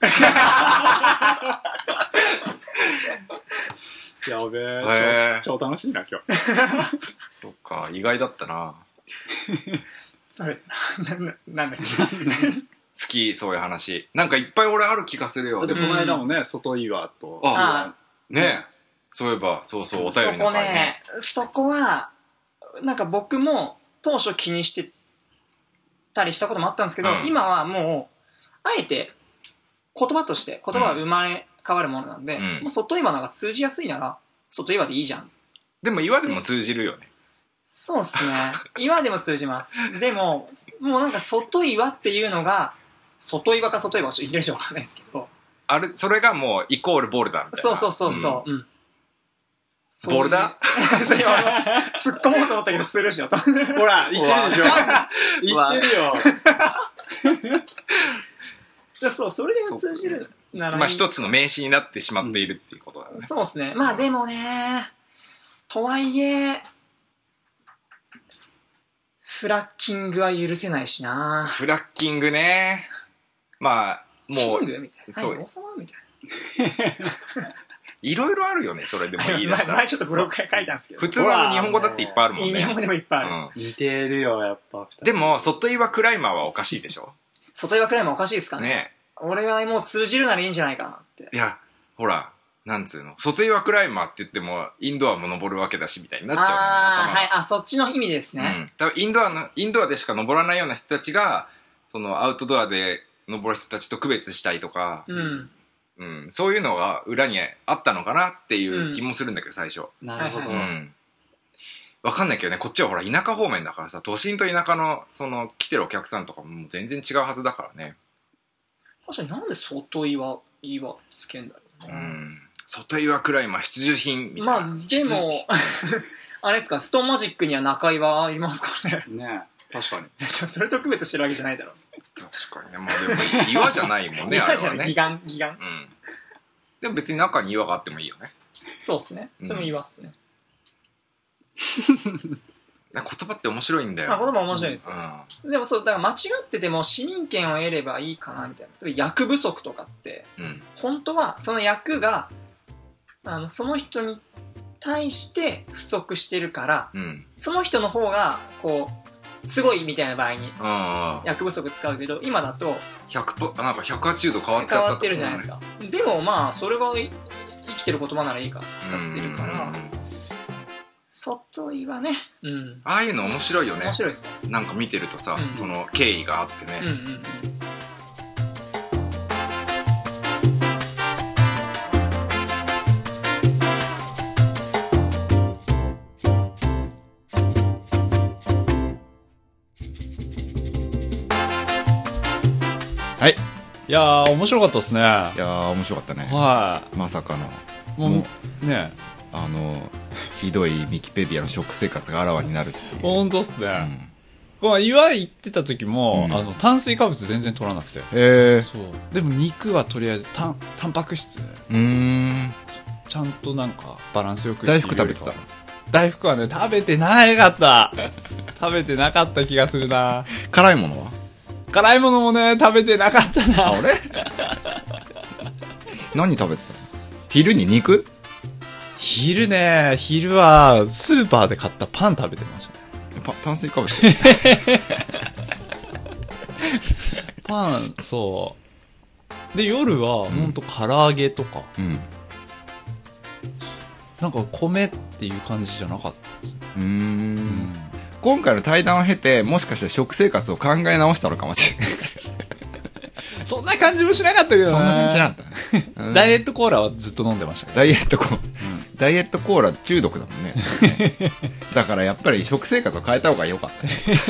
やべえ。超楽しいな、今日。 そっか、意外だったな。 それ、なんだっけ。 好き、そういう話。なんかいっぱい俺ある気がするよ。 で、この間もね、外岩と。 ね。そういえば、そう、お便りの中にね。 そこは、なんか僕も当初気にしてたりしたこともあったんですけど、今はもう、あえて言葉として言葉は生まれ変わるものなんで、もう外岩の方が通じやすいなら外岩でいいじゃん。 でも岩でも通じるよね。 そうっすね。岩でも通じます。でももうなんか外岩っていうのが外岩か外岩かちょっと言ってる人わかんないですけど、 それがもうイコールボルダーみたいな。 そう、 ボルダー突っ込もうと思ったけどスルーしようと。 ほら、言ってるでしょ。言ってるよ。 そう、それで通じるなら。 一つの名詞になってしまっているっていうことだね。 そうですね。まあでもね、とはいえ、フラッキングは許せないしな。 フラッキングね。まあ、もう。 キングみたいな。そう。王様みたいな。 いろいろあるよね、それでも言い出したら。 前ちょっとブログ書いたんですけど。 普通の日本語だっていっぱいあるもんね。 日本語でもいっぱいある。似てるよ、やっぱ。 でも、外岩クライマーはおかしいでしょ？ 外岩クライマーおかしいですかね。 ね。 俺はもう通じるならいいんじゃないかなって。 いや、ほら、なんつうの。外岩クライマーって言っても、インドアも登るわけだし、みたいになっちゃう、ね。 はい。そっちの意味ですね。 多分インドアでしか登らないような人たちが、そのアウトドアで登る人たちと区別したいとか、そういうのが裏にあったのかなっていう気もするんだけど、最初。 なるほど。 わかんないけどね、こっちはほら、田舎方面だからさ、都心と田舎の、来てるお客さんとかも全然違うはずだからね。 確かになんで外岩つけんだろうな。 外岩クライマー必需品みたいな。 まあ、でも、あれですか、ストーンマジックには中岩いますかね。 ね確かに。 それと区別してるわけじゃないだろう。 確かにね。まあでも、岩じゃないもんね、 岩じゃない、 ね。 擬岩。 でも別に中に岩があってもいいよね。 そうっすね。それも岩っすね。 言葉って面白いんだよ。 言葉面白いですよ。でもそう、だから間違ってても市民権を得ればいいかな、みたいな。例えば役不足とかって、本当はその役が、その人に対して不足してるから、その人の方が、こう、すごいみたいな場合に、役不足使うけど、今だと、 なんか180度変わっちゃった。 変わってるじゃないですか。でもまあ、それが生きてる言葉ならいいから使ってるから、外岩ね。 ああいうの面白いよね。 面白いですね。 なんか見てるとさ、その経緯があってね。はい。 いやー、面白かったですね。いやー、面白かったね。 はい。 まさかの。 もう、ね。 ひどいウィキペディアの食生活があらわになるっていう。 ほんとっすね。岩井行ってた時も、炭水化物全然取らなくて。そう。でも肉はとりあえず、タンパク質。ちゃんとなんか、バランスよく。 大福食べてた？ 大福はね、食べてなかった。食べてなかった気がするな。 辛いものは？ 辛いものもね、食べてなかったな。 あれ何食べてたの？昼に肉？ 昼はスーパーで買ったパン食べてましたね。 炭水化物パン、そう。で、夜はほんと唐揚げとか。なんか米っていう感じじゃなかったですね。 今回の対談を経て、もしかして食生活を考え直したのかもしれない。 そんな感じもしなかったけどね。 そんな感じしなかった。 ダイエットコーラはずっと飲んでましたけど。 ダイエットコーラ中毒だもんね。だからやっぱり食生活を変えた方が良かった。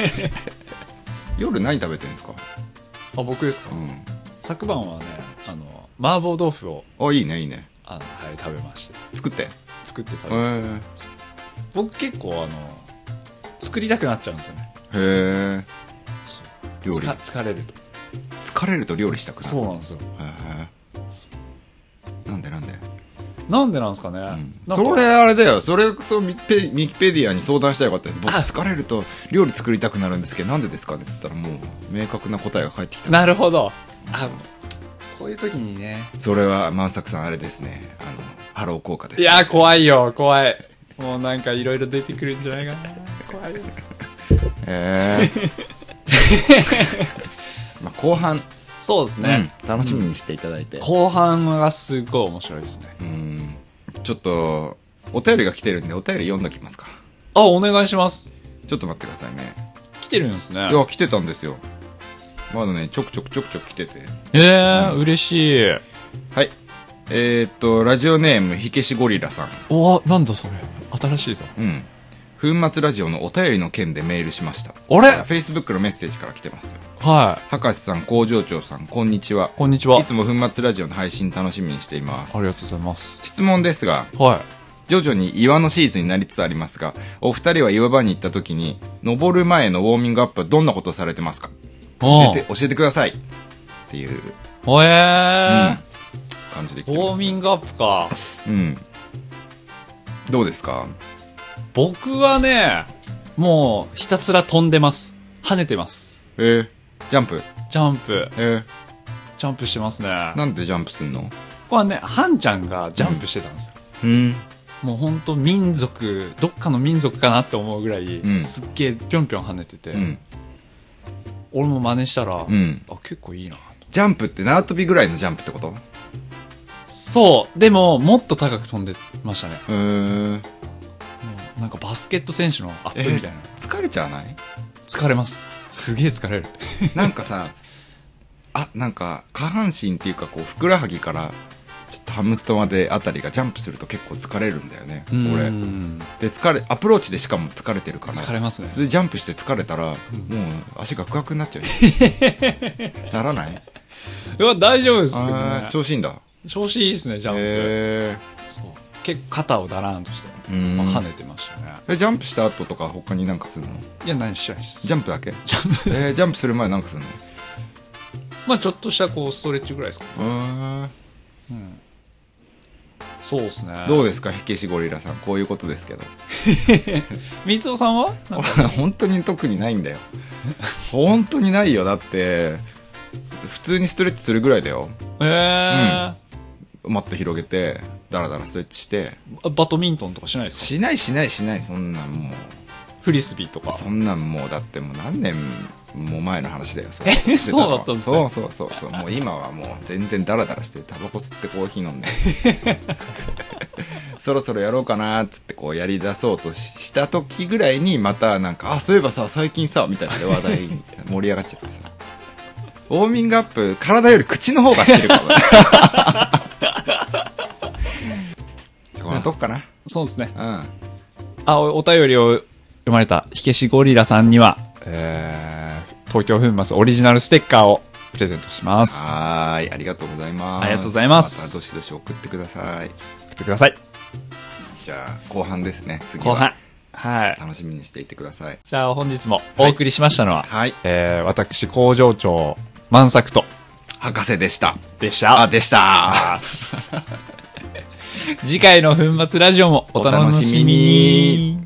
夜何食べてるんですか？ 僕ですか？昨晩はね、麻婆豆腐を。 いいね、いいね。 はい、食べまして。 作って食べました。僕結構作りたくなっちゃうんですよね。 へー。料理。 疲れると。 疲れると料理したくなる。 そうなんですよ。 なんでなんでなんですかね。 それあれだよ。それこそウィキペディアに相談したらよかったよ。僕疲れると料理作りたくなるんですけど、なんでですかねって言ったらもう明確な答えが返ってきた。 なるほど。こういう時にね。 それは万作さんあれですね。ハロー効果です。 いやー、怖いよ、怖い。もうなんかいろいろ出てくるんじゃないかな。怖いよ。 まあ後半。 そうですね、 楽しみにしていただいて、 後半はすごい面白いですね。 ちょっとお便りが来てるんでお便り読んどきますか。 お願いします。 ちょっと待ってくださいね。 来てるんですね。 いや、来てたんですよ。まだね、ちょくちょく来てて。 嬉しい。 はい。ラジオネーム火消しゴリラさん。 なんだそれ、新しいぞ。 粉末ラジオのお便りの件でメールしました。 あれ？ Facebook のメッセージから来てますよ。 はい。 博士さん、工場長さん、こんにちは。 こんにちは。 いつも粉末ラジオの配信楽しみにしています。 ありがとうございます。 質問ですが、徐々に岩のシーズンになりつつありますが、お二人は岩場に行った時に、登る前のウォーミングアップはどんなことをされてますか？教えてください。っていう。感じで来てます。 ウォーミングアップか。 どうですか？ 僕はね、もうひたすら飛んでます。跳ねてます。 ジャンプ。 ジャンプしてますね。 なんでジャンプすんの？ こはね、ハンちゃんがジャンプしてたんですよ。もうほんと民族、どっかの民族かなって思うぐらい、すっげえぴょんぴょん跳ねてて、俺も真似したら、あ、結構いいな。 ジャンプって縄跳びぐらいのジャンプってこと？ そう。でも、もっと高く飛んでましたね。なんかバスケット選手のアップみたいな。 疲れちゃわない？ 疲れます。すげえ疲れる。 なんかさ、なんか下半身っていうかこうふくらはぎからちょっとハムストまであたりがジャンプすると結構疲れるんだよね、俺。でアプローチでしかも疲れてるから。 疲れますね。 それでジャンプして疲れたら、もう足がクワクになっちゃう。ならない？ いや、大丈夫ですけどね。 調子いいんだ。 調子いいですね、ジャンプ。そう。結構肩をだらーんとして、跳ねてましたね。 ジャンプした後とか他になんかするの？ いや、何しないです。 ジャンプだけ？ ジャンプ。 ジャンプする前なんかするの？ まあちょっとしたこうストレッチぐらいですかね。そうですね。 どうですか、火消しゴリラさん。こういうことですけど。 三尾さんは？ 本当に特にないんだよ。本当にないよ。だって普通にストレッチするぐらいだよ。マット広げてダラダラストレッチして。 バドミントンとかしないですか？ しない。そんなんもうフリスビーとか。 そんなんもうだってもう何年も前の話だよ。 そうだったんですね。そうもう今はもう全然ダラダラしてタバコ吸ってコーヒー飲んでそろそろやろうかなーっつってこうやり出そうとした時ぐらいにまたなんかそういえばさ最近さみたいな話題盛り上がっちゃってさウォーミングアップ体より口の方がしてるからこんなとこかな。 そうですね。お便りを読まれた火消しゴリラさんには東京粉末オリジナルステッカーをプレゼントします。 はい、ありがとうございます。 ありがとうございます。 またどしどし送ってください。 送ってください。 じゃあ後半ですね。次は後半、はい、 楽しみにしていてください。 じゃあ本日もお送りしましたのは、 はい、 私工場長万作と博士でした。 でした。次回の粉末ラジオもお楽しみに。